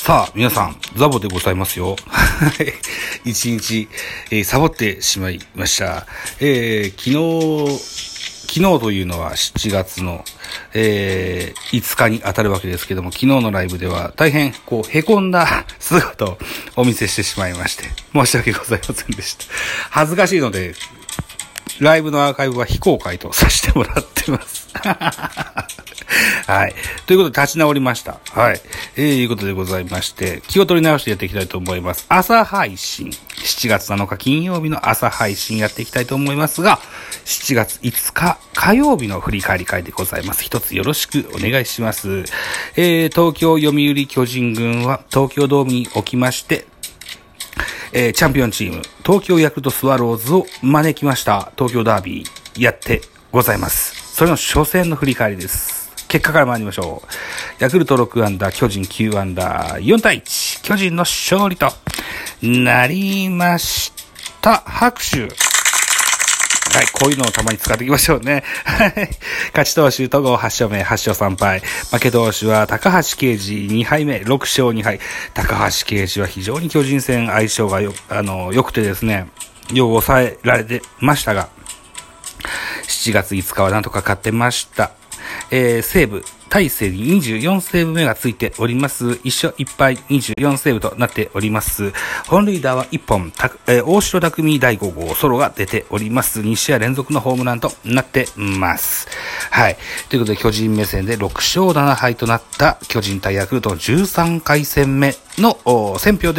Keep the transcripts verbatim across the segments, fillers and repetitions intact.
さあ、皆さん、ザボでございますよ。一日、えー、サボってしまいました。えー、昨日、昨日というのはしちがつの、えー、いつかに当たるわけですけども、昨日のライブでは大変、こう、凹んだ姿をお見せしてしまいまして、申し訳ございませんでした。恥ずかしいので、ライブのアーカイブは非公開とさせてもらってます。はい。ということで、立ち直りました。はい。えー、いうことでございまして、気を取り直してやっていきたいと思います。朝配信。しちがつなのか金曜日の朝配信やっていきたいと思いますが、しちがついつか火曜日の振り返り会でございます。一つよろしくお願いします。えー、東京読売巨人軍は東京ドームにおきまして、えー、チャンピオンチーム、東京ヤクルトスワローズを招きました。東京ダービーやってございます。それの初戦の振り返りです。結果から参りましょう。ヤクルトろくアンダー、巨人きゅうアンダー、よんたいいち、巨人の勝利となりました。拍手。はい、こういうのをたまに使っていきましょうね。はい。勝ち投手、戸郷はち勝目、はち勝さん敗。負け投手は高橋奎二に敗目、ろく勝に敗。高橋奎二は非常に巨人戦相性がよ、あの、良くてですね、よう抑えられてましたが、しちがついつかはなんとか勝ってました。えー、西武、大勢ににじゅうよんセーブ目がついております。いち勝いち敗にじゅうよんセーブとなっております。本塁打はいっぽん、えー、大城匠だいご号ソロが出ております。に試合連続のホームランとなってます。はい。ということで巨人目線でろく勝なな敗となった巨人対ヤクルトのじゅうさんかい戦目の選評です。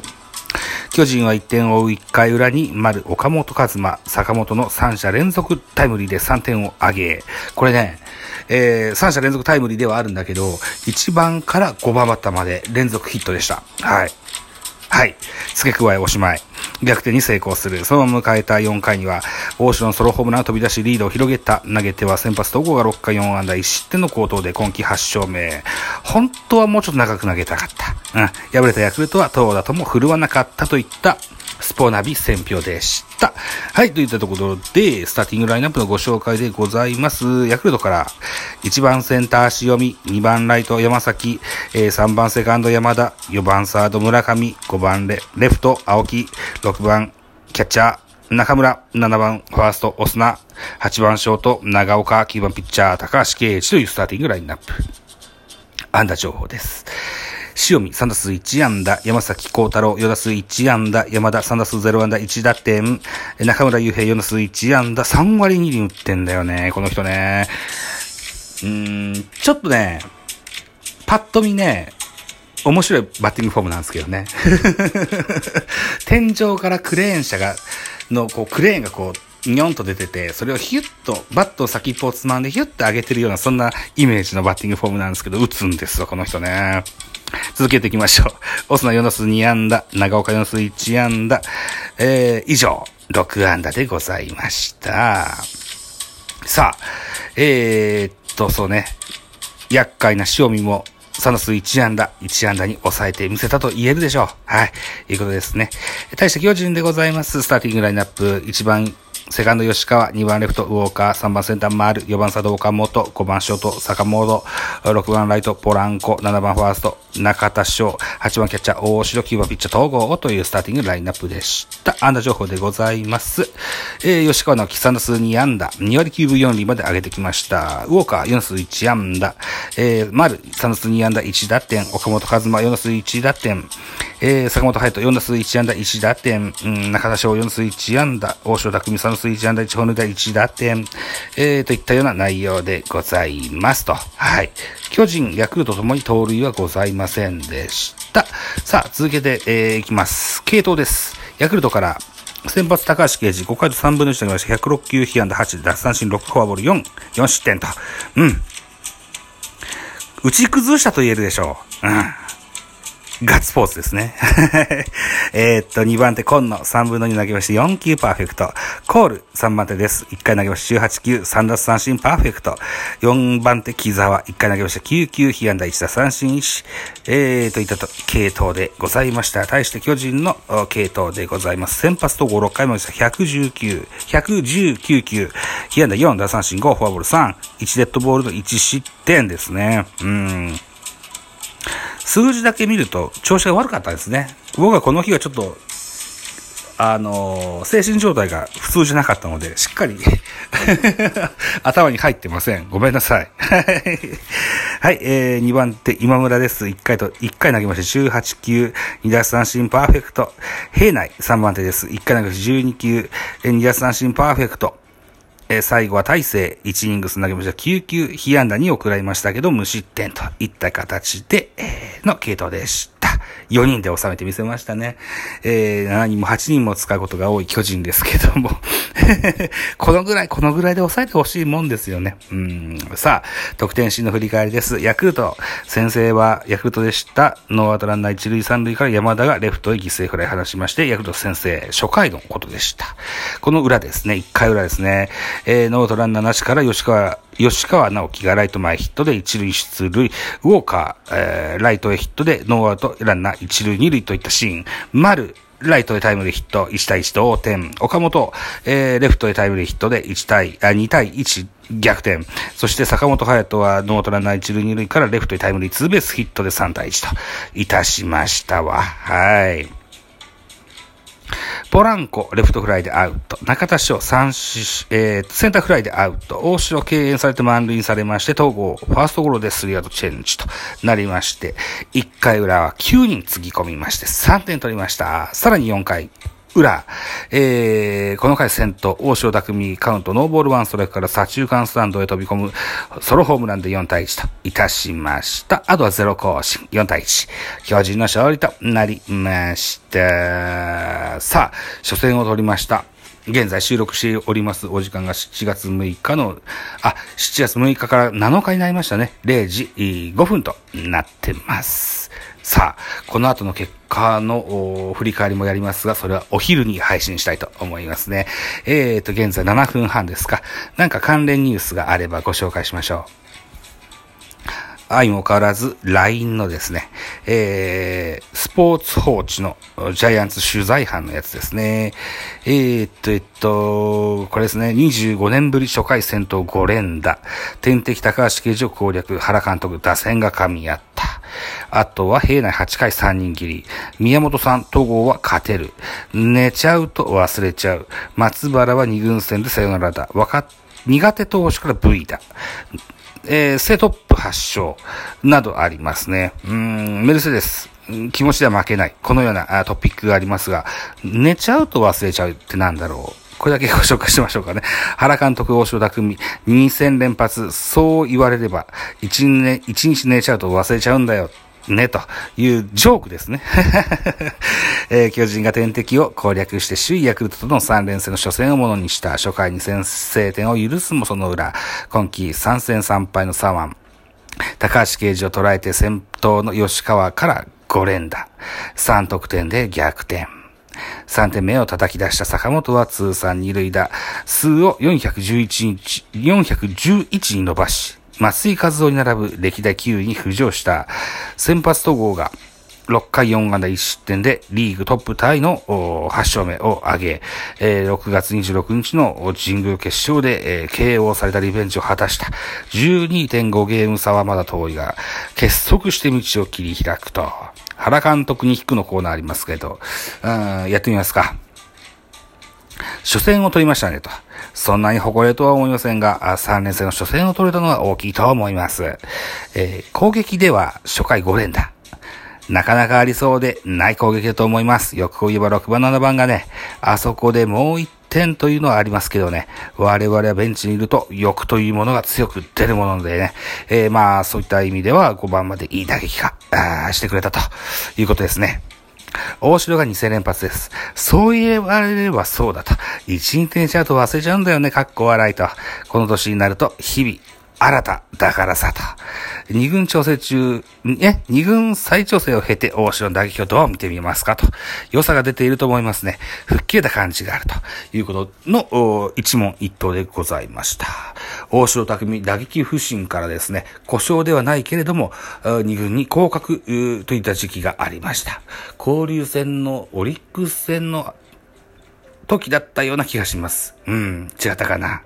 巨人はいってんを追ういっかい裏に丸、岡本和真、坂本のさん者連続タイムリーでさんてんを挙げ、これね、えー、さん者連続タイムリーではあるんだけど、いちばんからごばんバッターまで連続ヒットでした。はい。はい。付け加えおしまい。逆転に成功する。そのまま迎えたよんかいには、大城のソロホームランを飛び出しリードを広げた。投げては先発戸郷がろっかいよんアンダーいち失点の好投で今季はち勝目。本当はもうちょっと長く投げたかった。うん。敗れたヤクルトは投打とも振るわなかったといったスポナビ選評でした。はい。といったところで、スターティングラインナップのご紹介でございます。ヤクルトから、いちばんセンター塩見、にばんライト山崎、えー、さんばんセカンド山田、よばんサード村上、ごばん レ, レフト青木、ろくばんキャッチャー中村、ななばんファーストオスナ、はちばんショート長岡、きゅうばんピッチャー高橋奎一というスターティングラインナップ。安打情報です。塩見さん打数いち安打、山崎幸太郎よん打数いち安打、山田さん打数ゼロ安打いち打点、中村悠平よん打数いち安打さん割に厘打ってんだよね、この人ね。うーん、ちょっとね、パッと見ね、面白いバッティングフォームなんですけどね。天井からクレーン車が、の、こう、クレーンがこう、ニョンと出てて、それをヒュッと、バットを先っぽをつまんでヒュッと上げてるような、そんなイメージのバッティングフォームなんですけど、打つんですよ、この人ね。続けていきましょう。オスナよん打数に安打、長岡よん打数いち安打、えー、以上、ろく安打でございました。さあ、えー、っと、そうね、厄介な塩見も、さん打数いち安打、いち安打に抑えてみせたと言えるでしょう。はい。いうことですね。対して巨人でございます。スターティングラインナップ、いちばん、セカンド吉川、にばんレフトウォーカー、さんばんセンター丸、よばんサード岡本、ごばんショート坂本、ろくばんライトポランコ、ななばんファースト中田翔、はちばんキャッチャー大城、きゅうばんピッチャー東郷というスターティングラインナップでした。安打情報でございます。えー、吉川のさん打数に安打、に割きゅうぶよん厘まで上げてきました。ウォーカーよん打数いち安打、えー、丸さん打数に安打いち打点、岡本和真よん打数いち打点、えー、坂本隼人よん打数いち安打いち打点、うん、中田翔よん打数いち安打、大城匠さん打数いち安打いち本塁打いち打点、えー、といったような内容でございますと。はい。巨人、ヤクルトともに盗塁はございませんでした。さあ、続けて、えー、いきます。継投です。ヤクルトから、先発高橋奎二ごかいとさんぶんのいち投げました。ひゃくろく球、被安打はち、奪三振ろく、フォアボールよん、よん失点と。うん。打ち崩したと言えるでしょう。うん。ガッツポーズですね。えっと、にばん手、今野、さんぶんのに投げまして、よん球パーフェクト。コール、さんばん手です。いっかい投げまして、じゅうはち球、さん奪三振パーフェクト。よんばん手、木澤、いっかい投げまして、きゅう球、被安打いち打三振いち。えー、といったと、系統でございました。対して巨人の系統でございます。先発とごろっかいまでした。ひゃくじゅうきゅう、ひゃくじゅうきゅう球、被安打よん、奪三振ご、フォアボールさん、いちデッドボールのいち失点ですね。うーん。 数字だけ見ると調子が悪かったですね。僕はこの日はちょっと、あのー、精神状態が普通じゃなかったので、しっかり頭に入ってません。ごめんなさい。はい、えー、にばん手、今村です。いっかいと、いっかい投げまして、じゅうはち球、に奪三振パーフェクト。平内、さんばん手です。いっかい投げまして、じゅうに球、に奪三振パーフェクト。えー、最後は大勢、いちイニングス投げました。きゅう球、被安打にを食らいましたけど、無失点といった形で、えー、の継投でした。よにんで収めてみせましたね。えー、しちにんもはちにんも使うことが多い巨人ですけども。このぐらい、このぐらいで抑えてほしいもんですよね。うん。さあ、得点シーンの振り返りです。ヤクルト、先制はヤクルトでした。ノーアウトランナー一塁三塁から山田がレフトへ犠牲フライ放しまして、ヤクルト先制、初回のことでした。この裏ですね、いっかい裏ですね。えー、ノーアウトランナーなしから吉川、吉川直樹がライト前ヒットで一塁出塁、ウォーカー、えー、ライトへヒットでノーアウトランナー一塁二塁といったシーン、丸、ライトへタイムリーヒット、いち対いち同点、岡本、えー、レフトへタイムリーヒットでいち対、あ、に対いち逆転、そして坂本勇人はノーアウトランナー一塁二塁からレフトへタイムリーツーベースヒットでさん対いちといたしましたわ。はい。ポランコ、レフトフライでアウト。中田翔、三振、えー、センターフライでアウト。大城敬遠されて満塁にされまして、東郷、ファーストゴロでスリーアウトチェンジとなりまして、いっかい裏はきゅうにんつぎ込みまして、さんてん取りました。さらによんかい裏、えー、この回先頭、大城匠、カウント、ノーボールワンストライクから左中間スタンドへ飛び込む、ソロホームランでよん対いちといたしました。あとはゼロ更新、よん対いち。巨人の勝利となりました。さあ、初戦を取りました。現在収録しておりますお時間がしちがつむいかの、あ、しちがつむいかからなのかになりましたね。れいじごふんとなってます。さあ、この後の結果の振り返りもやりますが、それはお昼に配信したいと思いますね。えーと、現在ななふんはんですか。なんか関連ニュースがあればご紹介しましょう。相も変わらず ライン のですね、えー、スポーツ報知のジャイアンツ取材班のやつですね。えー、っと、えっと、これですね、にじゅうごねんぶり初回先頭ご連打。天敵高橋奎二を攻略、原監督、打線が噛み合った。あとは平内はちかいさんにん切り。宮本さん、戸郷は勝てる。寝ちゃうと忘れちゃう。松原はに軍戦でサヨナラだ。わかっ、苦手投手から V だ。えー、セトップ発症などありますね。うーん、メルセデス、気持ちでは負けない。このようなトピックがありますが、寝ちゃうと忘れちゃうってなんだろう。これだけご紹介しましょうかね。原監督、大城匠、に戦連発、そう言われれば、いちね、いちにち寝ちゃうと忘れちゃうんだよ。ね、というジョークですね。えー、巨人が天敵を攻略して首位ヤクルトとのさん連戦の初戦をものにした初回に先制点を許すもその裏、今季さん戦さん敗の左腕、高橋奎二を捉えて先頭の吉川からご連打、さん得点で逆転。さんてんめを叩き出した坂本は通算二塁打数をよんひゃくじゅういちにち、よんひゃくじゅういちに伸ばし、松井一夫に並ぶ歴代きゅういに浮上した先発戸郷がろっかいよん安打いち失点でリーグトップタイのはち勝目を挙げ、えー、ろくがつにじゅうろくにちの神宮決勝で、えー、ケーオー されたリベンジを果たした じゅうにてんご ゲーム差はまだ遠いが結束して道を切り開くと。原監督に引くのコーナーありますけど、うん、やってみますか。初戦を取りましたねと。そんなに誇れとは思いませんが、さん連戦の初戦を取れたのは大きいと思います。えー、攻撃では初回ご連打。なかなかありそうでない攻撃だと思います。よく言えばろくばんななばんがね、あそこでもういってんというのはありますけどね、我々はベンチにいると欲というものが強く出るものでね、えー、まあそういった意味ではごばんまでいい打撃がしてくれたということですね。大城がに戦連発です。そう言われればそうだと。いち、にてんちゃうと忘れちゃうんだよね、かっこ笑いと。この年になると、日々、新ただからさと。二軍調整中、え、二軍再調整を経て大城の打撃をどう見てみますかと。良さが出ていると思いますね。吹っ切れた感じがあるということの一問一答でございました。大城匠打撃不振からですね、故障ではないけれども、二軍に降格といった時期がありました。交流戦のオリックス戦の時だったような気がします。うん、違ったかな。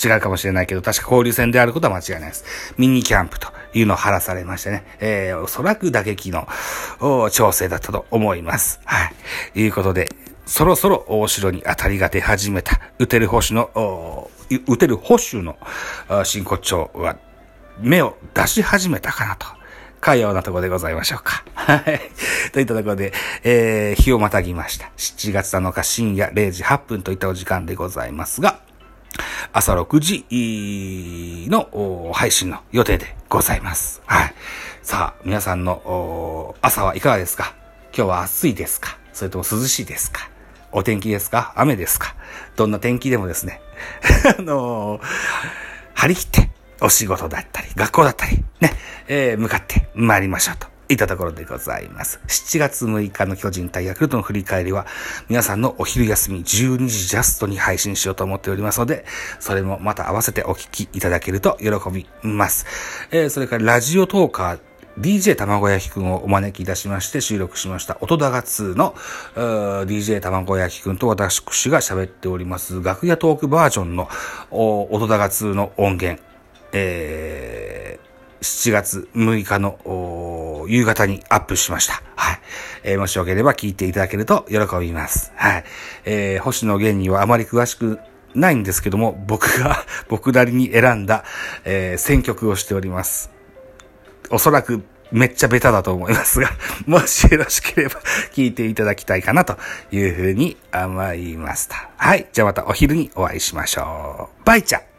違うかもしれないけど、確か交流戦であることは間違いないです。ミニキャンプというのを貼らされましてね、えー、おそらく打撃の調整だったと思います。はい。ということで、そろそろ大城に当たりが出始めた、打てる捕手の、打てる捕手の真骨頂は、芽を出し始めたかなと。かようなところでございましょうか。はい。といったところで、えー、日をまたぎました。しちがつなのか深夜れいじはっぷんといったお時間でございますが、朝ろくじの配信の予定でございます。はい。さあ、皆さんの朝はいかがですか？今日は暑いですか？それとも涼しいですか？お天気ですか？雨ですか？どんな天気でもですね、あのー、張り切って、お仕事だったり、学校だったり、ね、えー、向かって参りましょうといったところでございます。しちがつむいかの巨人対ヤクルトの振り返りは、皆さんのお昼休みじゅうにじジャストに配信しようと思っておりますので、それもまた合わせてお聞きいただけると喜びます。えー、それからラジオトーカー、ディージェー 卵焼きくんをお招きいたしまして収録しました音高にの ディージェー 卵焼きくんと私が喋っております楽屋トークバージョンの音高にの音源、えー、しちがつむいかの夕方にアップしました。はい。えー、もしよければ聞いていただけると喜びます。はい。えー、星野源にはあまり詳しくないんですけども、僕が僕なりに選んだ、えー、選曲をしております。おそらくめっちゃベタだと思いますが、もしよろしければ聞いていただきたいかなというふうに思いました。はい。じゃあまたお昼にお会いしましょう。バイチャ